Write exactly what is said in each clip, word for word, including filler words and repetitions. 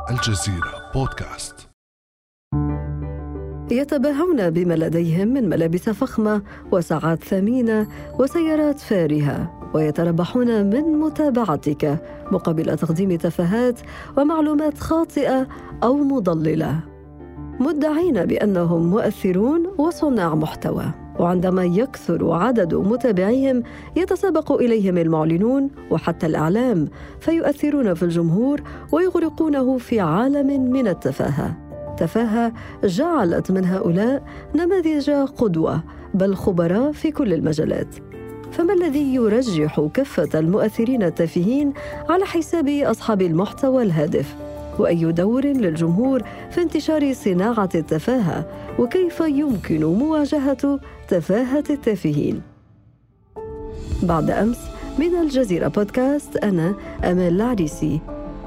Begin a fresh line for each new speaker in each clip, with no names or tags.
الجزيرة بودكاست.
يتباهون بما لديهم من ملابس فخمة وساعات ثمينة وسيارات فارهة، ويتربحون من متابعتك مقابل تقديم تفاهات ومعلومات خاطئة أو مضللة، مدعين بأنهم مؤثرون وصناع محتوى. وعندما يكثر عدد متابعيهم يتسابق إليهم المعلنون وحتى الإعلام، فيؤثرون في الجمهور ويغرقونه في عالم من التفاهة. تفاهة جعلت من هؤلاء نماذج قدوة، بل خبراء في كل المجالات. فما الذي يرجح كفة المؤثرين التافهين على حساب أصحاب المحتوى الهادف؟ وأي دور للجمهور في انتشار صناعة التفاهة؟ وكيف يمكن مواجهة تفاهة التافهين؟ بعد أمس من الجزيرة بودكاست، أنا أمال العريسي.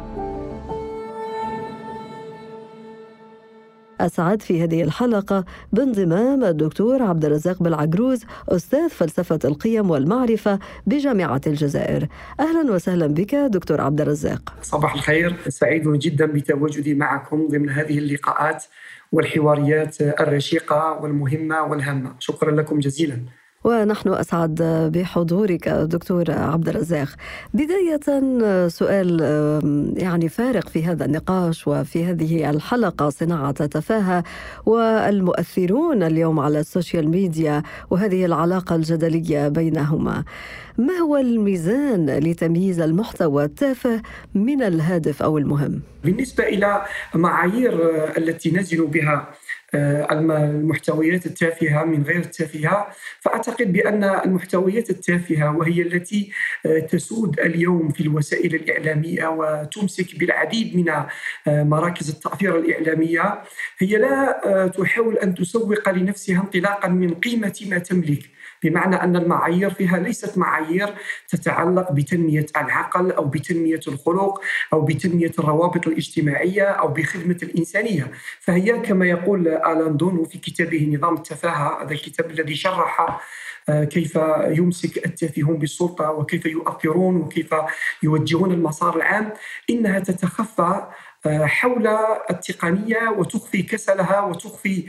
أسعد في هذه الحلقة بانضمام الدكتور عبد الرزاق بالعجروز، أستاذ فلسفة القيم والمعرفة بجامعة الجزائر. أهلا وسهلا بك دكتور عبد الرزاق.
صباح الخير، سعيد جدا بتواجدي معكم ضمن هذه اللقاءات والحواريات الرشيقة والمهمة والهامة. شكرا لكم جزيلا.
ونحن أسعد بحضورك دكتور عبد الرزاق. بداية سؤال يعني فارق في هذا النقاش وفي هذه الحلقة، صناعة التفاهة والمؤثرون اليوم على السوشيال ميديا وهذه العلاقة الجدلية بينهما. ما هو الميزان لتمييز المحتوى التافه من الهادف أو المهم؟
بالنسبة إلى معايير التي نزن بها المحتويات التافهة من غير التافهة، فأعتقد بأن المحتويات التافهة وهي التي تسود اليوم في الوسائل الإعلامية وتمسك بالعديد من مراكز التأثير الإعلامية، هي لا تحاول أن تسوق لنفسها انطلاقا من قيمة ما تملك، بمعنى أن المعايير فيها ليست معايير تتعلق بتنمية العقل أو بتنمية الخلق أو بتنمية الروابط الاجتماعية أو بخدمة الإنسانية. فهي كما يقول آلان دونو في كتابه نظام التفاهة، هذا الكتاب الذي شرح كيف يمسك التافهون بالسلطة وكيف يؤثرون وكيف يوجهون المسار العام، إنها تتخفى حول التقنية وتخفي كسلها وتخفي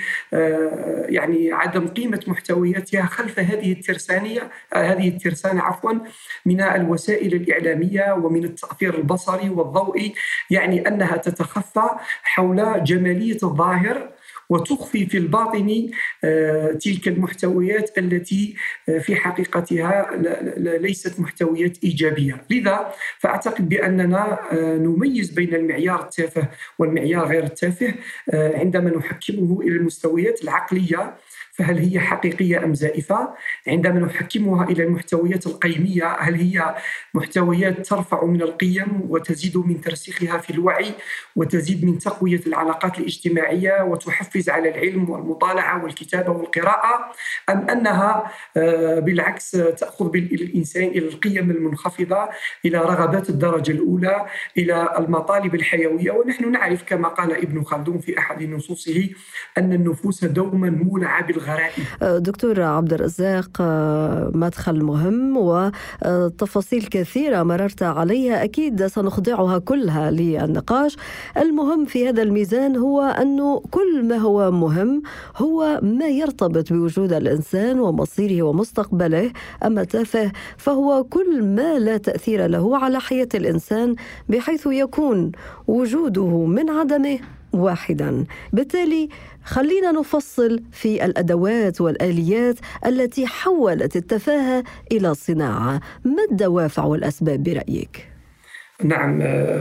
يعني عدم قيمة محتوياتها خلف هذه الترسانية هذه الترسانة عفوا من الوسائل الإعلامية ومن التأثير البصري والضوئي، يعني أنها تتخفى حول جمالية الظاهر وتخفي في الباطن تلك المحتويات التي في حقيقتها ليست محتويات إيجابية. لذا فأعتقد بأننا نميز بين المعيار التافه والمعيار غير التافه عندما نحكمه إلى المستويات العقلية، فهل هي حقيقية أم زائفة؟ عندما نحكمها إلى المحتويات القيمية، هل هي محتويات ترفع من القيم وتزيد من ترسيخها في الوعي وتزيد من تقوية العلاقات الاجتماعية وتحفز على العلم والمطالعة والكتابة والقراءة، أم أنها بالعكس تأخذ بالإنسان إلى القيم المنخفضة، إلى رغبات الدرجة الأولى، إلى المطالب الحيوية؟ ونحن نعرف كما قال ابن خلدون في أحد نصوصه أن النفوس دوما مولعة بالغرائب.
دكتور عبد الرزاق، مدخل مهم وتفاصيل كثيرة مررت عليها، أكيد سنخضعها كلها للنقاش. المهم في هذا الميزان هو أنه كل ما هو مهم هو ما يرتبط بوجود الإنسان ومصيره ومستقبله، أما التافه فهو كل ما لا تأثير له على حياة الإنسان بحيث يكون وجوده من عدمه واحدا. بالتالي خلينا نفصل في الأدوات والآليات التي حولت التفاهة إلى صناعة. ما الدوافع والأسباب برأيك؟
نعم،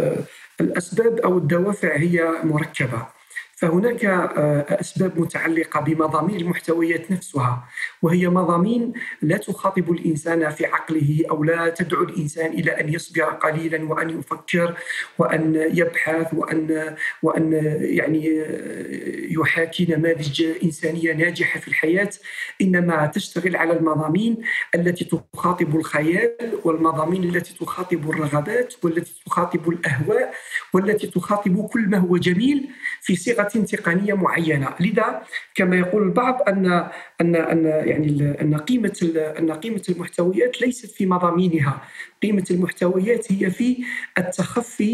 الأسباب أو الدوافع هي مركبة. فهناك أسباب متعلقة بمضامين المحتويات نفسها، وهي مضامين لا تخاطب الإنسان في عقله أو لا تدعو الإنسان إلى أن يصبر قليلا وأن يفكر وأن يبحث وأن وأن يعني يحاكي نماذج إنسانية ناجحة في الحياة، إنما تشتغل على المضامين التي تخاطب الخيال والمضامين التي تخاطب الرغبات والتي تخاطب الأهواء والتي تخاطب كل ما هو جميل في صيغة تقنية معينة. لذا كما يقول البعض أن أن أن يعني أن قيمة أن قيمة المحتويات ليست في مضامينها، قيمة المحتويات هي في التخفي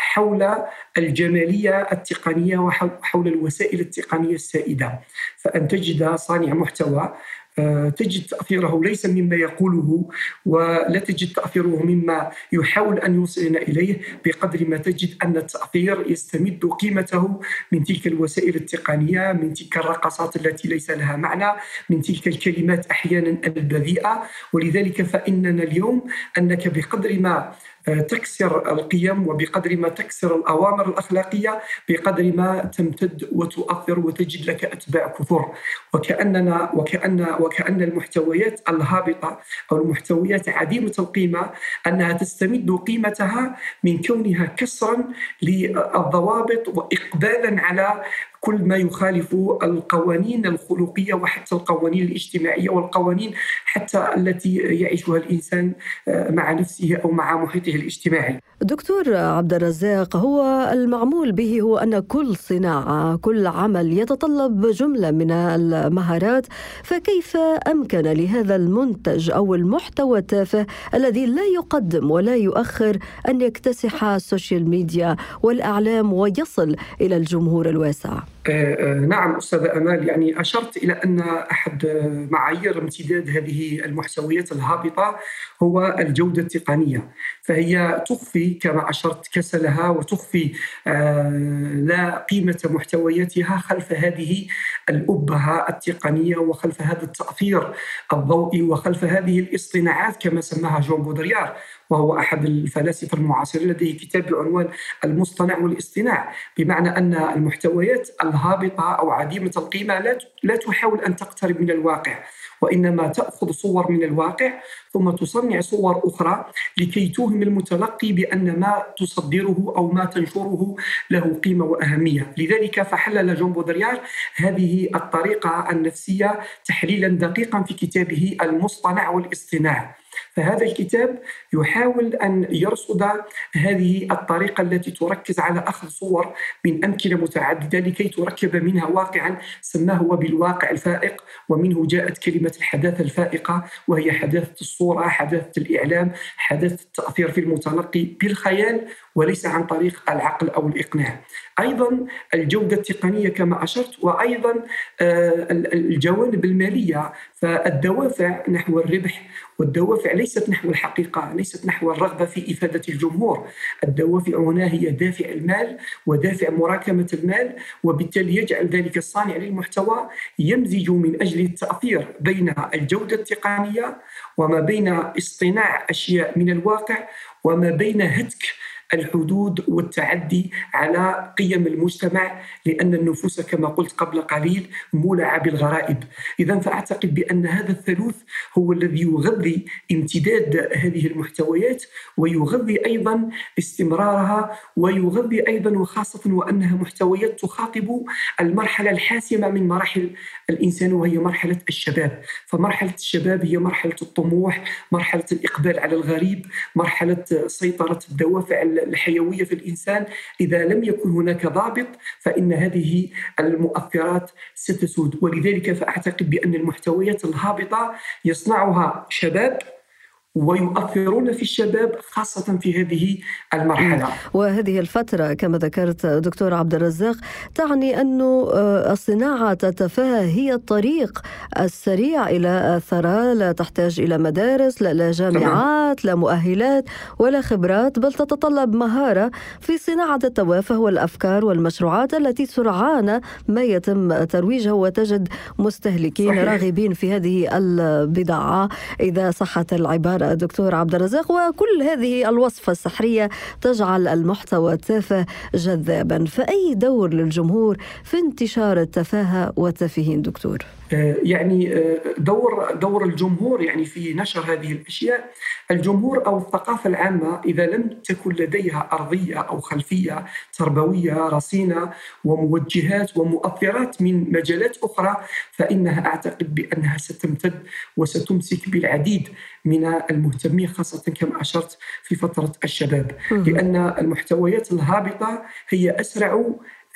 حول الجمالية التقنية وحول الوسائل التقنية السائدة. فأن تجد صانع محتوى تجد تأثيره ليس مما يقوله، ولا تجد تأثيره مما يحاول أن يوصلنا إليه، بقدر ما تجد أن التأثير يستمد قيمته من تلك الوسائل التقنية، من تلك الرقصات التي ليس لها معنى، من تلك الكلمات أحيانا البذيئة. ولذلك فإننا اليوم أنك بقدر ما تكسر القيم وبقدر ما تكسر الأوامر الأخلاقية، بقدر ما تمتد وتؤثر وتجد لك أتباع كثر. وكأننا وكأن وكأن المحتويات الهابطة أو المحتويات عديمة القيمة أنها تستمد قيمتها من كونها كسرا للضوابط وإقبالا على كل ما يخالف القوانين الخلقية وحتى القوانين الاجتماعية والقوانين حتى التي يعيشها الإنسان مع نفسه أو مع محيطه الاجتماعي.
دكتور عبد الرزاق، هو المعمول به هو أن كل صناعة، كل عمل يتطلب جملة من المهارات، فكيف أمكن لهذا المنتج أو المحتوى التافه الذي لا يقدم ولا يؤخر أن يكتسح السوشيال ميديا والأعلام ويصل إلى الجمهور الواسع؟
نعم أستاذ أمال، يعني أشرت إلى أن أحد معايير امتداد هذه المحتويات الهابطة هو الجودة التقنية. فهي تخفي كما أشرت كسلها وتخفي لا قيمة محتوياتها خلف هذه الأبهة التقنية وخلف هذا التأثير الضوئي وخلف هذه الاصطناعات كما سماها جون بودريار، وهو أحد الفلاسفة المعاصرين، لديه كتاب بعنوان المصطنع والاصطناع، بمعنى أن المحتويات الهابطة أو عديمة القيمة لا تحاول أن تقترب من الواقع، وإنما تأخذ صور من الواقع ثم تصنع صور أخرى لكي توهم المتلقي بأن ما تصدره أو ما تنشره له قيمة وأهمية. لذلك فحلل جون بودريار هذه الطريقة النفسية تحليلا دقيقا في كتابه المصطنع والاصطناع. فهذا الكتاب يحاول أن يرصد هذه الطريقة التي تركز على أخذ صور من أمكنة متعددة لكي تركب منها واقعا سماه هو بالواقع الفائق، ومنه جاءت كلمة الحداثة الفائقة، وهي حداثة الصورة، حداثة الإعلام، حداثة التأثير في المتلقي بالخيال وليس عن طريق العقل أو الإقناع. أيضا الجودة التقنية كما أشرت، وأيضا الجوانب المالية. فالدوافع نحو الربح والدوافع ليست نحو الحقيقة، ليست نحو الرغبة في إفادة الجمهور. الدوافع هنا هي دافع المال ودافع مراكمة المال، وبالتالي يجعل ذلك الصانع للمحتوى يمزج من أجل التأثير بين الجودة التقنية وما بين اصطناع أشياء من الواقع وما بين هتك الحدود والتعدي على قيم المجتمع، لأن النفوس كما قلت قبل قليل مولعة بالغرائب. إذن فأعتقد بأن هذا الثالوث هو الذي يغذي امتداد هذه المحتويات ويغذي أيضا استمرارها، ويغذي أيضا وخاصة وأنها محتويات تخاطب المرحلة الحاسمة من مراحل الإنسان وهي مرحلة الشباب. فمرحلة الشباب هي مرحلة الطموح، مرحلة الإقبال على الغريب، مرحلة سيطرة الدوافع الحيوية في الإنسان. إذا لم يكن هناك ضابط فإن هذه المؤثرات ستسود. ولذلك فأعتقد بأن المحتويات الهابطة يصنعها شباب ويؤثرون في الشباب خاصة في هذه المرحلة.
وهذه الفترة كما ذكرت دكتور عبد الرزاق تعني أن الصناعة التافهة هي الطريق السريع إلى الثراء، لا تحتاج إلى مدارس، لا جامعات، لا مؤهلات ولا خبرات، بل تتطلب مهارة في صناعة التوافه والأفكار والمشروعات التي سرعان ما يتم ترويجها وتجد مستهلكين صحيح. راغبين في هذه البضاعة إذا صحت العبارة دكتور عبد الرزاق. وكل هذه الوصفة السحرية تجعل المحتوى التافه جذابا. فأي دور للجمهور في انتشار التفاهة والتافهين دكتور؟
يعني دور دور الجمهور يعني في نشر هذه الأشياء. الجمهور أو الثقافة العامة إذا لم تكن لديها أرضية أو خلفية تربوية رصينة وموجهات ومؤثرات من مجالات أخرى، فإنها أعتقد بأنها ستمتد وستمسك بالعديد من المهتمين خاصة كما أشرت في فترة الشباب، لأن المحتويات الهابطة هي أسرع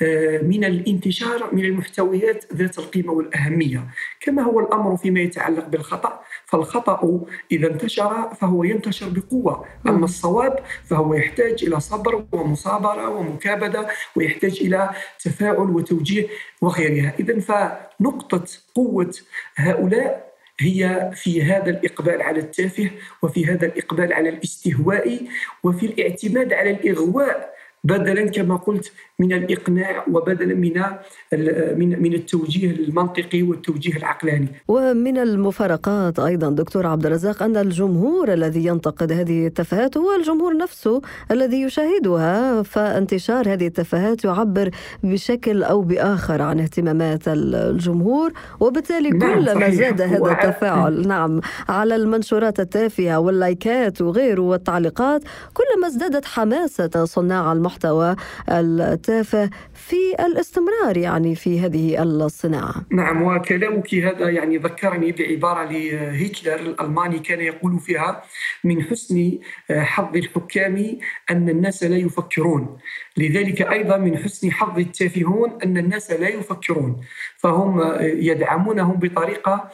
من الانتشار من المحتويات ذات القيمة والأهمية. كما هو الأمر فيما يتعلق بالخطأ، فالخطأ إذا انتشر فهو ينتشر بقوة، أما الصواب فهو يحتاج إلى صبر ومصابرة ومكابدة، ويحتاج إلى تفاعل وتوجيه وغيرها. إذن فنقطة قوة هؤلاء هي في هذا الإقبال على التافه، وفي هذا الإقبال على الاستهواء، وفي الاعتماد على الإغواء بدلا كما قلت من الإقناع، وبدلا من من من التوجيه المنطقي والتوجيه العقلاني.
ومن المفارقات أيضا دكتور عبد الرزاق أن الجمهور الذي ينتقد هذه التفاهات هو الجمهور نفسه الذي يشاهدها، فانتشار هذه التفاهات يعبر بشكل أو بآخر عن اهتمامات الجمهور، وبالتالي
نعم
كلما
صحيح.
زاد هذا التفاعل نعم على المنشورات التافهة واللايكات وغيره والتعليقات، كلما ازدادت حماسة صناع المحتوى التافه في الاستمرار يعني في هذه الصناعة.
نعم، وكلامك هذا يعني ذكرني بعبارة لهتلر الألماني كان يقول فيها: من حسن حظ الحكام أن الناس لا يفكرون، لذلك أيضا من حسن حظ التافهون أن الناس لا يفكرون، فهم يدعمونهم بطريقة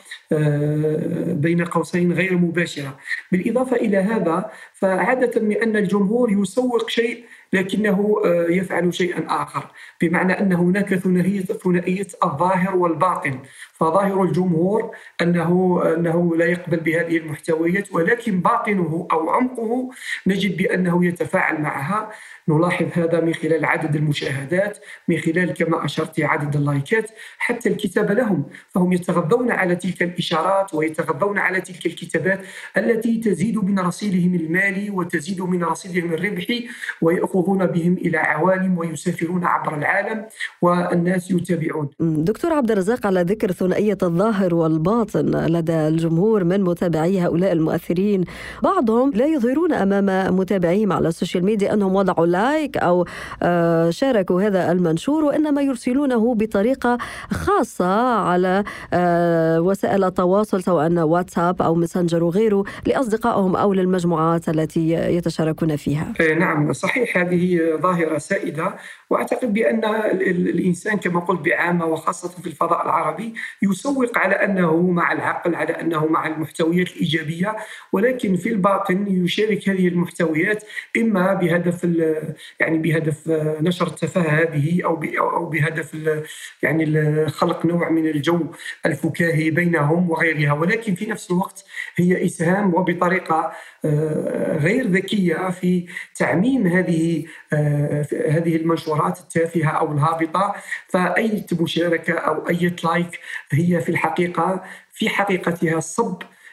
بين قوسين غير مباشرة. بالإضافة إلى هذا، فعادة من أن الجمهور يسوق شيء لكنه يفعل شيئا آخر، بمعنى أن هناك ثنائية ثنائية الظاهر والباطن. فظاهر الجمهور أنه أنه لا يقبل بهذه المحتويات، ولكن باطنه أو عمقه نجد بأنه يتفاعل معها. نلاحظ هذا من خلال عدد المشاهدات، من خلال كما أشرت عدد اللايكات، حتى الكتابة لهم، فهم يتغذون على تلك الإشارات ويتغذون على تلك الكتابات التي تزيد من رصيدهم المالي وتزيد من رصيدهم الربحي، ويأخذون بهم إلى عوالم ويسافرون عبر العالم والناس يتابعون.
دكتور عبد الرزاق، على ذكر ثنائية الظاهر والباطن لدى الجمهور من متابعي هؤلاء المؤثرين، بعضهم لا يظهرون أمام متابعيهم على السوشيال ميديا أنهم وضعوا لايك أو شاركوا هذا المنشور، وإنما يرسلونه بطريقة خاصة على وسائل التواصل سواء واتساب أو ماسنجر وغيره لأصدقائهم أو للمجموعات التي يتشاركون فيها.
نعم صحيح، هذه ظاهرة سائدة، وأعتقد بأن الإنسان كما قلت بعامة وخاصة في الفضاء العربي يسوق على أنه مع العقل، على أنه مع المحتويات الإيجابية، ولكن في الباطن يشارك هذه المحتويات إما بهدف يعني بهدف نشر التفاهة هذه، أو أو بهدف يعني خلق نوع من الجو الفكاهي بينهم وغيرها، ولكن في نفس الوقت هي إسهام وبطريقة غير ذكية في تعميم هذه هذه المنشورات التافهة أو الهابطة. فأي مشاركة أو أي لايك هي في الحقيقة في حقيقتها صب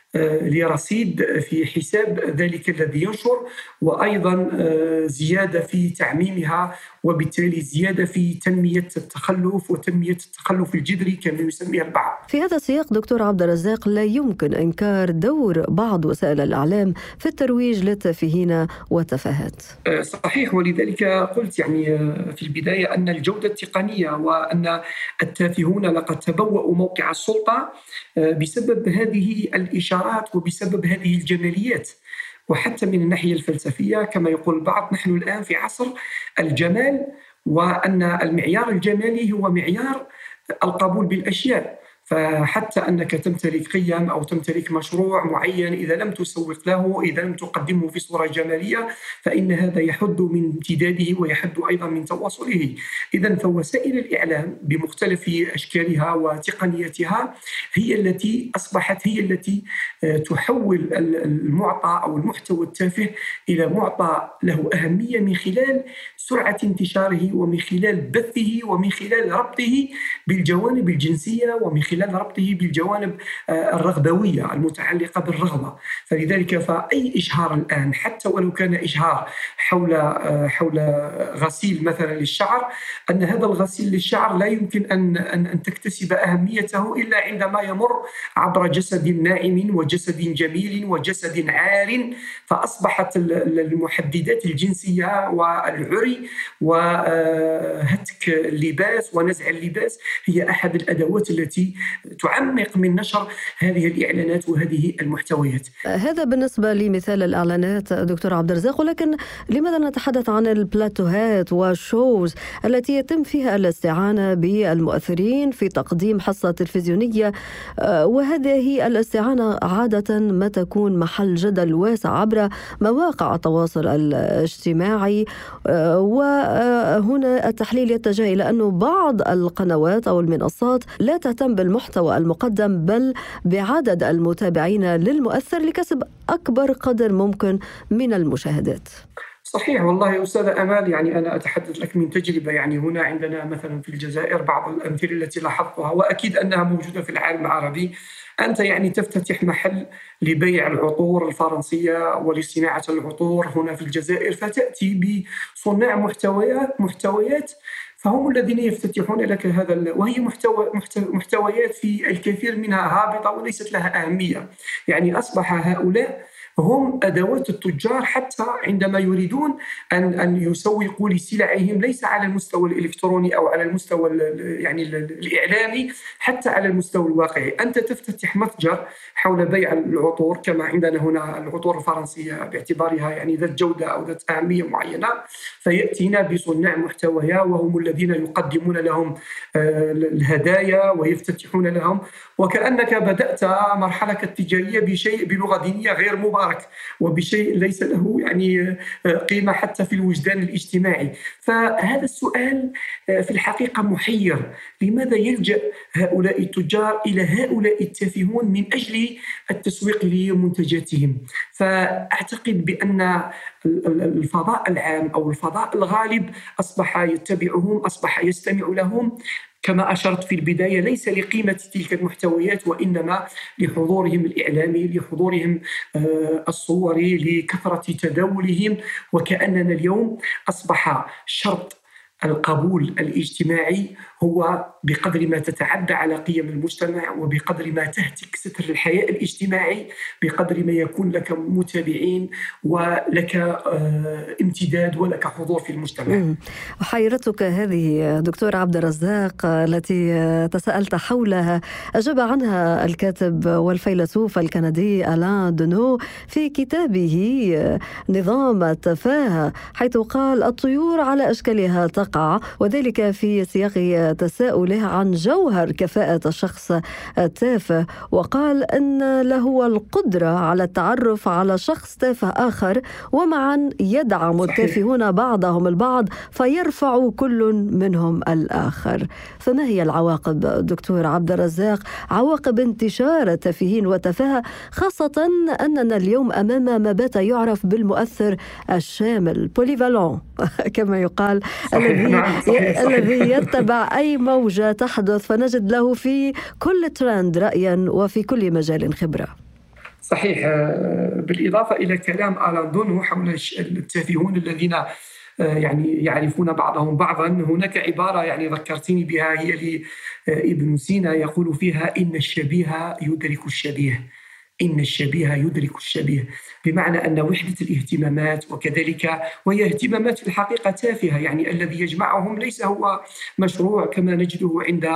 لرصيد في حساب ذلك الذي ينشر، وأيضا زيادة في تعميمها، وبالتالي زيادة في تنمية التخلف وتنمية التخلف الجذري كما يسميها البعض.
في هذا السياق دكتور عبد الرزاق، لا يمكن إنكار دور بعض وسائل الإعلام في الترويج للتافهين والتفاهات.
صحيح، ولذلك قلت يعني في البداية أن الجودة التقنية وأن التافهون لقد تبوأوا موقع السلطة بسبب هذه الإشارات وبسبب هذه الجماليات. وحتى من الناحية الفلسفية كما يقول البعض، نحن الآن في عصر الجمال، وأن المعيار الجمالي هو معيار القبول بالأشياء. فحتى أنك تمتلك قيم أو تمتلك مشروع معين، إذا لم تسوق له، إذا لم تقدمه في صورة جمالية، فإن هذا يحد من امتداده ويحد أيضا من تواصله. إذن فوسائل الإعلام بمختلف أشكالها وتقنياتها هي التي أصبحت هي التي تحول المعطى أو المحتوى التافه إلى معطى له أهمية من خلال سرعة انتشاره، ومن خلال بثه، ومن خلال ربطه بالجوانب الجنسية، ومن خلال ربطه بالجوانب الرغبوية المتعلقة بالرغبة. فلذلك فأي إشهار الآن، حتى ولو كان إشهار حول حول غسيل مثلا للشعر، أن هذا الغسيل للشعر لا يمكن أن أن تكتسب أهميته إلا عندما يمر عبر جسد ناعم وجسد جميل وجسد عار. فأصبحت المحددات الجنسية والعري وهتك اللباس ونزع اللباس هي أحد الأدوات التي تعمق من نشر هذه الإعلانات وهذه المحتويات.
هذا بالنسبة لمثال الإعلانات دكتور عبد الرزاق، ولكن لماذا نتحدث عن البلاتوهات والشوز التي يتم فيها الاستعانة بالمؤثرين في تقديم حصة تلفزيونية، وهذه الاستعانة عادة ما تكون محل جدل واسع عبر مواقع التواصل الاجتماعي، وهنا التحليل يتجه إلى أنه بعض القنوات أو المنصات لا تهتم بالمحتوى المقدم بل بعدد المتابعين للمؤثر لكسب أكبر قدر ممكن من المشاهدات.
صحيح والله أستاذ أمال، يعني أنا أتحدث لك من تجربة. يعني هنا عندنا مثلا في الجزائر بعض الأمثلة التي لاحظتها وأكيد أنها موجودة في العالم العربي. أنت يعني تفتتح محل لبيع العطور الفرنسية ولصناعة العطور هنا في الجزائر، فتأتي بصناع محتويات محتويات فهم الذين يفتتحون لك هذا، وهي محتوى محتويات في الكثير منها هابطة وليست لها أهمية. يعني أصبح هؤلاء هم أدوات التجار حتى عندما يريدون أن أن يسوقوا لسلعهم، ليس على المستوى الإلكتروني أو على المستوى يعني الإعلامي، حتى على المستوى الواقعي. أنت تفتتح متجر حول بيع العطور كما عندنا هنا العطور الفرنسية باعتبارها يعني ذات جودة أو ذات أهمية معينة، فيأتينا بصناع محتوى وهم الذين يقدمون لهم الهدايا ويفتتحون لهم، وكأنك بدأت مرحلة التجارية بشيء بلغة دينية غير مبارك وبشيء ليس له يعني قيمة حتى في الوجدان الاجتماعي. فهذا السؤال في الحقيقة محير، لماذا يلجأ هؤلاء التجار إلى هؤلاء التافهون من أجل التسويق لمنتجاتهم؟ فأعتقد بأن الفضاء العام أو الفضاء الغالب أصبح يتبعهم، أصبح يستمع لهم كما أشرت في البداية، ليس لقيمة تلك المحتويات وإنما لحضورهم الإعلامي، لحضورهم الصوري، لكثرة تداولهم. وكأننا اليوم أصبح شرط القبول الاجتماعي هو بقدر ما تتعدى على قيم المجتمع وبقدر ما تهتك ستر الحياء الاجتماعي، بقدر ما يكون لك متابعين ولك امتداد ولك حضور في المجتمع.
حيرتك هذه دكتور عبد الرزاق التي تساءلت حولها أجاب عنها الكاتب والفيلسوف الكندي ألان دونو في كتابه نظام التفاهة، حيث قال: الطيور على أشكالها تقع، وذلك في سياق تساؤله عن جوهر كفاءة الشخص التافه، وقال أن له القدرة على التعرف على شخص تافه آخر، ومعا يدعم التافهون بعضهم البعض فيرفع كل منهم الآخر. فما هي العواقب دكتور عبد الرزاق، عواقب انتشار التافهين والتفاهة، خاصة أننا اليوم أمام ما بات يعرف بالمؤثر الشامل بوليفالون كما يقال، الذي الذي يتبع أي موجة تحدث فنجد له في كل ترند رأيا وفي كل مجال خبرة.
صحيح. بالإضافة إلى كلام ألان دونو حول التافهون الذين يعني يعرفون بعضهم بعضا، هناك عبارة يعني ذكرتني بها، هي لابن سينا يقول فيها: إن الشبيه يدرك الشبيه، إن الشبيه يدرك الشبيه، بمعنى أن وحدة الاهتمامات وكذلك وهي اهتمامات في الحقيقة تافهة، يعني الذي يجمعهم ليس هو مشروع كما نجده عند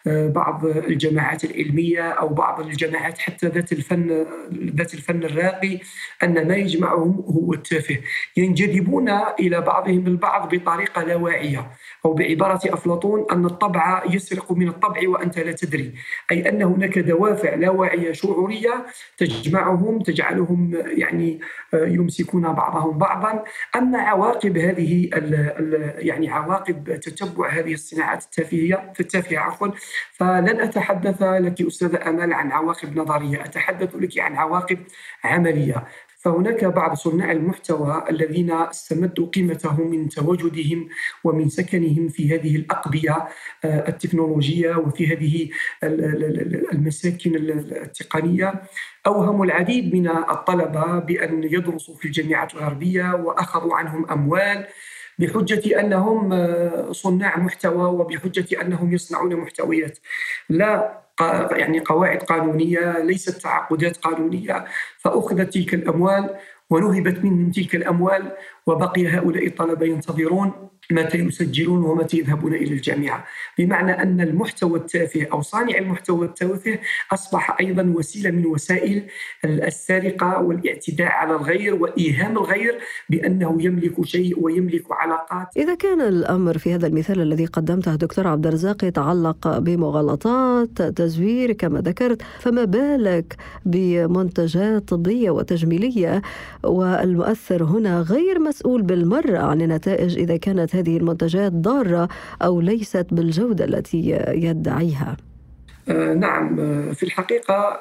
بعض الجماعات العلمية أو بعض الجماعات حتى ذات الفن ذات الفن الراقي، أن ما يجمعهم هو التافه. ينجذبون إلى بعضهم البعض بطريقة لا واعية، أو بعبارة أفلاطون أن الطبع يسرق من الطبع وأنت لا تدري، أي أن هناك دوافع لا واعية شعورية تجمعهم تجعلهم يعني يمسكون بعضهم بعضا. أما عواقب هذه يعني عواقب تتبع هذه الصناعات التافهة التافهة عفوا فلن أتحدث لك أستاذ أمال عن عواقب نظرية، أتحدث لك عن عواقب عملية. فهناك بعض صناع المحتوى الذين استمدوا قيمتهم من تواجدهم ومن سكنهم في هذه الأقبية التكنولوجية وفي هذه المساكن التقنية، أوهموا العديد من الطلبة بأن يدرسوا في الجامعات الغربية وأخذوا عنهم أموال بحجة أنهم صناع محتوى وبحجة أنهم يصنعون محتويات. لا يعني قواعد قانونية، ليست تعاقدات قانونية، فأخذت تلك الأموال ونهبت منهم تلك الأموال وبقي هؤلاء الطلبة ينتظرون متى يسجلون ومتى يذهبون إلى الجامعة. بمعنى أن المحتوى التافه أو صانع المحتوى التافه أصبح أيضا وسيلة من وسائل السرقة والاعتداء على الغير وإيهام الغير بأنه يملك شيء ويملك علاقات.
إذا كان الأمر في هذا المثال الذي قدمته دكتور عبد الرزاق يتعلق بمغالطات تزوير كما ذكرت، فما بالك بمنتجات طبية وتجميلية، والمؤثر هنا غير مسؤول بالمرة عن النتائج إذا كانت هذه المنتجات ضارة أو ليست بالجودة التي يدعيها.
آه نعم، في الحقيقة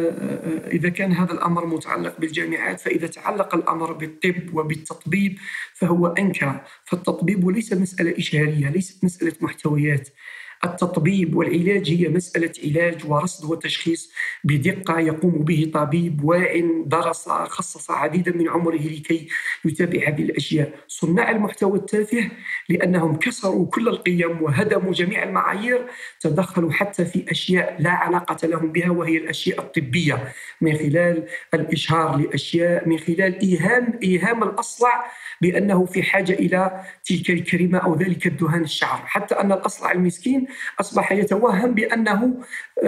آه إذا كان هذا الأمر متعلق بالجامعات، فإذا تعلق الأمر بالطب وبالتطبيب فهو أنكى. فالتطبيب ليس مسألة إشهارية، ليست مسألة محتويات. التطبيب والعلاج هي مسألة علاج ورصد وتشخيص بدقة يقوم به طبيب واع درس خصص عديدا من عمره لكي يتابع هذه الأشياء. صناع المحتوى التافه لأنهم كسروا كل القيم وهدموا جميع المعايير، تدخلوا حتى في أشياء لا علاقة لهم بها وهي الأشياء الطبية، من خلال الإشهار لأشياء، من خلال إيهام إيهام الأصلع بأنه في حاجة إلى تلك الكريمة أو ذلك الدهان الشعر، حتى أن الأصلع المسكين أصبح يتوهم بأنه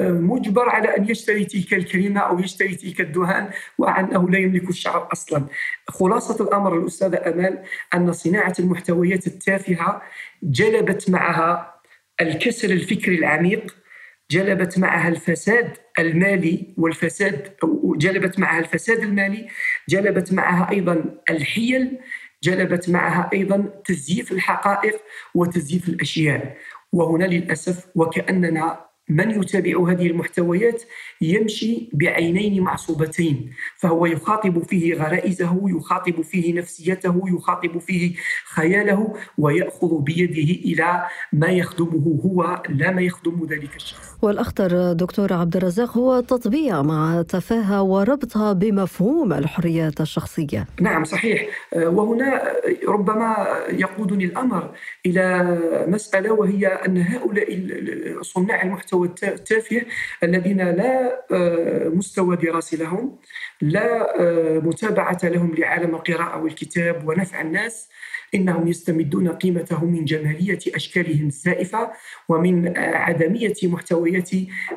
مجبر على أن يشتري تلك الكريمة أو يشتري تلك الدهان وأنه لا يملك الشعر أصلا. خلاصة الأمر الأستاذة أمال أن صناعة المحتويات التافهة جلبت معها الكسل الفكري العميق، جلبت معها الفساد المالي والفساد جلبت معها الفساد المالي جلبت معها أيضا الحيل، جلبت معها أيضا تزييف الحقائق وتزييف الأشياء. وهنا للأسف وكأننا من يتابع هذه المحتويات يمشي بعينين معصوبتين، فهو يخاطب فيه غرائزه، يخاطب فيه نفسيته، يخاطب فيه خياله، ويأخذ بيده إلى ما يخدمه هو لا ما يخدم ذلك الشخص.
والأخطر دكتور عبد الرزاق هو التطبيع مع التفاهة وربطها بمفهوم الحريات الشخصية.
نعم صحيح، وهنا ربما يقودني الأمر إلى مسألة، وهي أن هؤلاء صناع المحتوى التافه الذين لا مستوى دراسي لهم، لا متابعة لهم لعالم القراءة والكتاب ونفع الناس، إنهم يستمدون قيمته من جمالية أشكالهم الزائفة ومن عدمية محتويات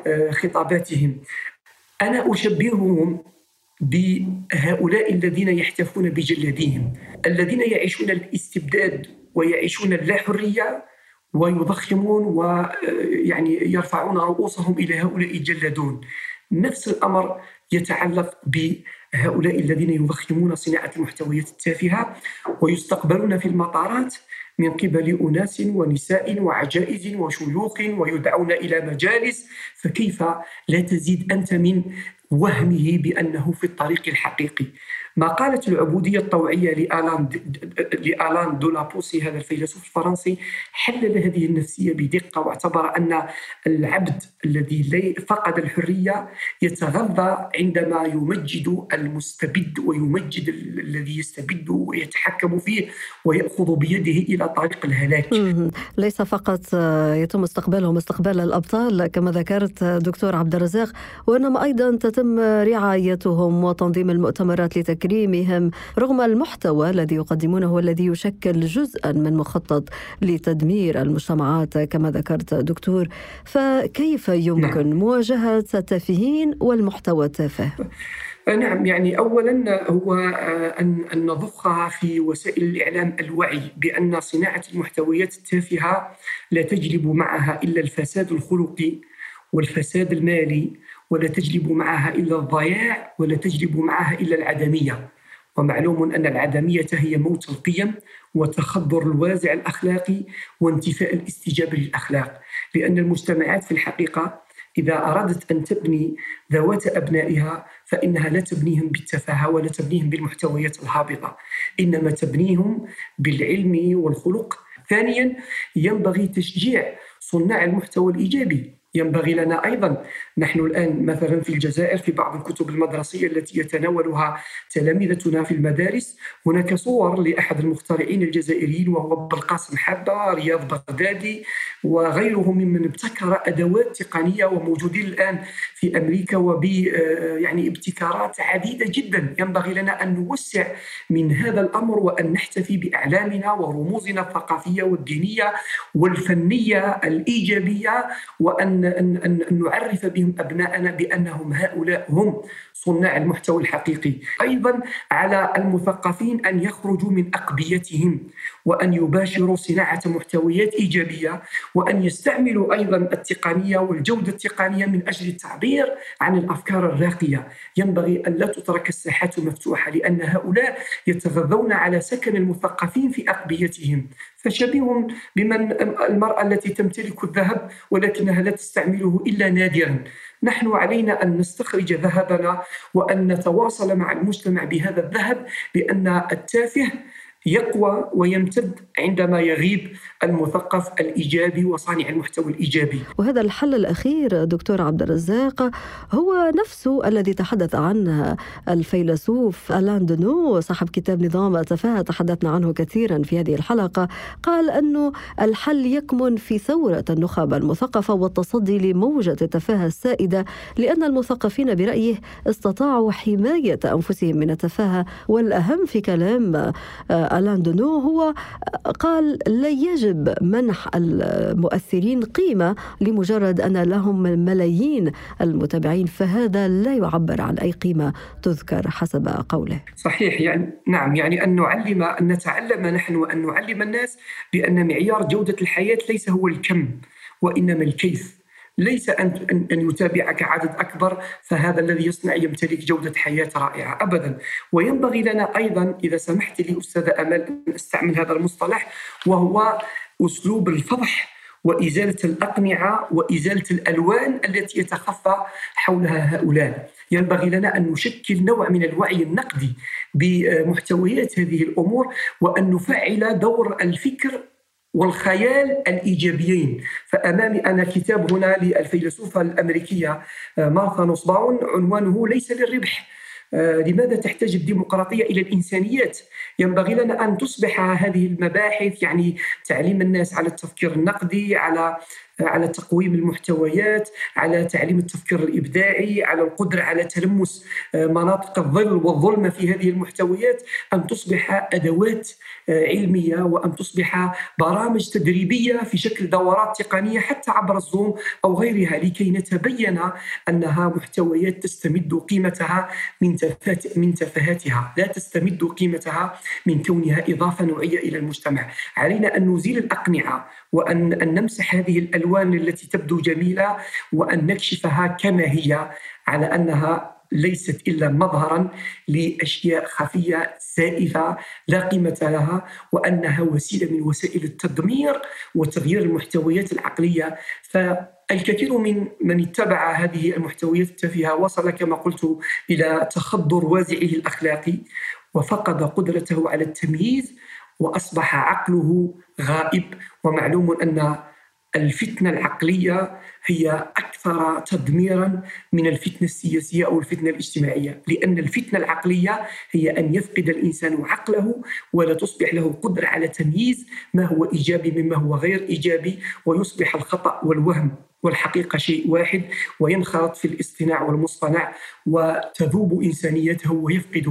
خطاباتهم. أنا أشبههم بهؤلاء الذين يحتفون بجلاديهم، الذين يعيشون الاستبداد ويعيشون اللاحرية ويضخمون ويعني يرفعون رؤوسهم إلى هؤلاء الجلادون. نفس الأمر يتعلق بهؤلاء الذين يضخمون صناعة المحتويات التافهة ويستقبلون في المطارات من قبل أناس ونساء وعجائز وشيوخ ويدعون إلى مجالس، فكيف لا تزيد أنت من وهمه بأنه في الطريق الحقيقي. ما قالت العبودية الطوعية لآلان لآلان دولابوسي هذا الفيلسوف الفرنسي حلل هذه النفسية بدقة، واعتبر أن العبد الذي فقد الحرية يتغذى عندما يمجد المستبد ويمجد الذي يستبد ويتحكم فيه ويأخذ بيده إلى طريق الهلاك.
ليس فقط يتم استقبالهم استقبال الأبطال كما ذكرت دكتور عبد الرزاق، وإنما أيضا تتم رعايتهم وتنظيم المؤتمرات لتكريمهم رغم المحتوى الذي يقدمونه والذي يشكل جزءا من مخطط لتدمير المجتمعات كما ذكرت دكتور. فكيف يمكن نعم. مواجهة التافهين والمحتوى التافه؟
نعم، يعني أولا هو أن نضخ في وسائل الإعلام الوعي بأن صناعة المحتويات التافهة لا تجلب معها إلا الفساد الخلقي والفساد المالي، ولا تجلب معها إلا الضياع، ولا تجلب معها إلا العدمية. ومعلوم أن العدمية هي موت القيم وتخدر الوازع الأخلاقي وانتفاء الاستجابة للأخلاق، لأن المجتمعات في الحقيقة إذا أرادت أن تبني ذوات أبنائها فإنها لا تبنيهم بالتفاهة ولا تبنيهم بالمحتويات الهابطة، إنما تبنيهم بالعلم والخلق. ثانيا، ينبغي تشجيع صناع المحتوى الإيجابي، ينبغي لنا أيضا، نحن الآن مثلا في الجزائر في بعض الكتب المدرسية التي يتناولها تلامذتنا في المدارس هناك صور لأحد المخترعين الجزائريين وهو بالقاسم حبة، رياض بغدادي وغيرهم ممن ابتكر أدوات تقنية وموجودين الآن في أمريكا وب يعني ابتكارات عديدة جدا. ينبغي لنا أن نوسع من هذا الأمر وأن نحتفي بأعلامنا ورموزنا الثقافية والدينية والفنية الإيجابية، وأن أن أن نعرف بهم أبناءنا بأنهم هؤلاء هم صناع المحتوى الحقيقي. أيضا على المثقفين أن يخرجوا من أقبيتهم وأن يباشروا صناعة محتويات إيجابية، وأن يستعملوا أيضا التقنية والجودة التقنية من أجل التعبير عن الأفكار الراقية. ينبغي أن لا تترك الساحات مفتوحة، لأن هؤلاء يتغذون على سكن المثقفين في أقبيتهم، فشبيه بمن المرأة التي تمتلك الذهب ولكنها لا تستعمله إلا نادرا. نحن علينا أن نستخرج ذهبنا وأن نتواصل مع المجتمع بهذا الذهب، لأن التافه يقوى ويمتد عندما يغيب المثقف الإيجابي وصانع المحتوى الإيجابي.
وهذا الحل الأخير دكتور عبد الرزاق هو نفسه الذي تحدث عنه الفيلسوف ألان دونو صاحب كتاب نظام التفاهة، تحدثنا عنه كثيرا في هذه الحلقة. قال أنه الحل يكمن في ثورة النخب المثقفة والتصدي لموجة التفاهة السائدة، لأن المثقفين برأيه استطاعوا حماية أنفسهم من التفاهة. والأهم في كلام ألان دونو هو قال لا يجب منح المؤثرين قيمة لمجرد أن لهم ملايين المتابعين، فهذا لا يعبر عن أي قيمة تذكر حسب قوله.
صحيح، يعني نعم، يعني أن نعلم أن نتعلم نحن وأن نعلم الناس بأن معيار جودة الحياة ليس هو الكم وإنما الكيف. ليس أن أن يتابعك عدد أكبر فهذا الذي يصنع يمتلك جودة حياة رائعة أبدا. وينبغي لنا أيضا، إذا سمحت لي أستاذة أمل، أن أستعمل هذا المصطلح وهو أسلوب الفضح وإزالة الأقنعة وإزالة الألوان التي يتخفى حولها هؤلاء. ينبغي لنا أن نشكل نوع من الوعي النقدي بمحتويات هذه الأمور، وأن نفعل دور الفكر والخيال الإيجابيين. فأمامي أنا كتاب هنا للفيلسوفة الأمريكية مارثا نوسباون، عنوانه ليس للربح، لماذا تحتاج الديمقراطية إلى الإنسانيات؟ ينبغي لنا أن تصبح هذه المباحث يعني تعليم الناس على التفكير النقدي، على على تقويم المحتويات، على تعليم التفكير الإبداعي، على القدرة على تلمس مناطق الظل والظلمة في هذه المحتويات، أن تصبح أدوات علمية وأن تصبح برامج تدريبية في شكل دورات تقنية حتى عبر الزوم أو غيرها، لكي نتبين أنها محتويات تستمد قيمتها من من تفاهاتها، لا تستمد قيمتها من كونها إضافة نوعية إلى المجتمع. علينا أن نزيل الأقنعة وأن أن نمسح هذه الألوان التي تبدو جميلة وأن نكشفها كما هي، على أنها ليست إلا مظهرا لأشياء خفية سائفة لا قيمة لها، وأنها وسيلة من وسائل التدمير وتغيير المحتويات العقلية. فالكثير من من اتبع هذه المحتويات التافهة وصل كما قلت إلى تخدر وازعه الأخلاقي، وفقد قدرته على التمييز، وأصبح عقله غائب. ومعلوم أن الفتنة العقلية هي أكثر تدميرا من الفتنة السياسية أو الفتنة الاجتماعية، لأن الفتنة العقلية هي أن يفقد الإنسان عقله ولا تصبح له قدرة على تمييز ما هو إيجابي مما هو غير إيجابي، ويصبح الخطأ والوهم والحقيقة شيء واحد، وينخرط في الاصطناع والمصطنع، وتذوب إنسانيته ويفقد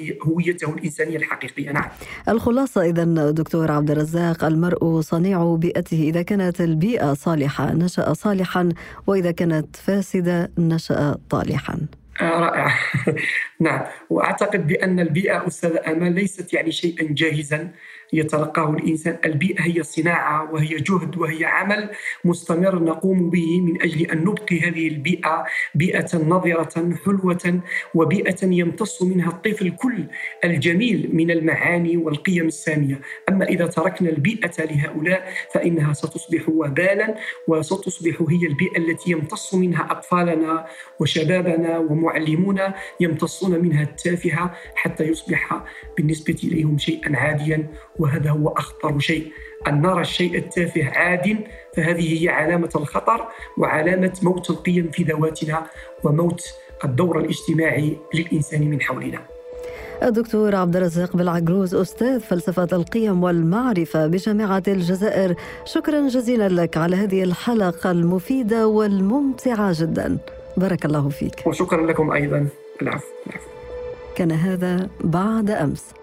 هويته الإنسانية الحقيقية. نعم.
الخلاصة إذن دكتور عبد الرزاق، المرء صنيع بيئته، إذا كانت البيئة صالحة نشأ صالحا، وإذا كانت فاسدة نشأ طالحا.
آه رائع. نعم، وأعتقد بأن البيئة أستاذ أمال ليست يعني شيئا جاهزا يتلقاه الإنسان. البيئة هي صناعة وهي جهد وهي عمل مستمر نقوم به من أجل أن نبقي هذه البيئة بيئة نظرة حلوة، وبيئة يمتص منها الطفل كل الجميل من المعاني والقيم السامية. أما إذا تركنا البيئة لهؤلاء فإنها ستصبح وبالا، وستصبح هي البيئة التي يمتص منها أطفالنا وشبابنا ومعلمونا، يمتصون منها التافهة حتى يصبح بالنسبة إليهم شيئا عاديا وهذا هو أخطر شيء. أن نرى الشيء التافه عاد، فهذه هي علامة الخطر وعلامة موت القيم في ذواتنا وموت الدور الاجتماعي للإنسان من حولنا.
الدكتور عبد الرزاق بالعجروز، أستاذ فلسفة القيم والمعرفة بجامعة الجزائر، شكرا جزيلا لك على هذه الحلقة المفيدة والممتعة جدا. بارك الله فيك.
وشكرا لكم أيضا. العفو. العفو.
كان هذا بعد أمس.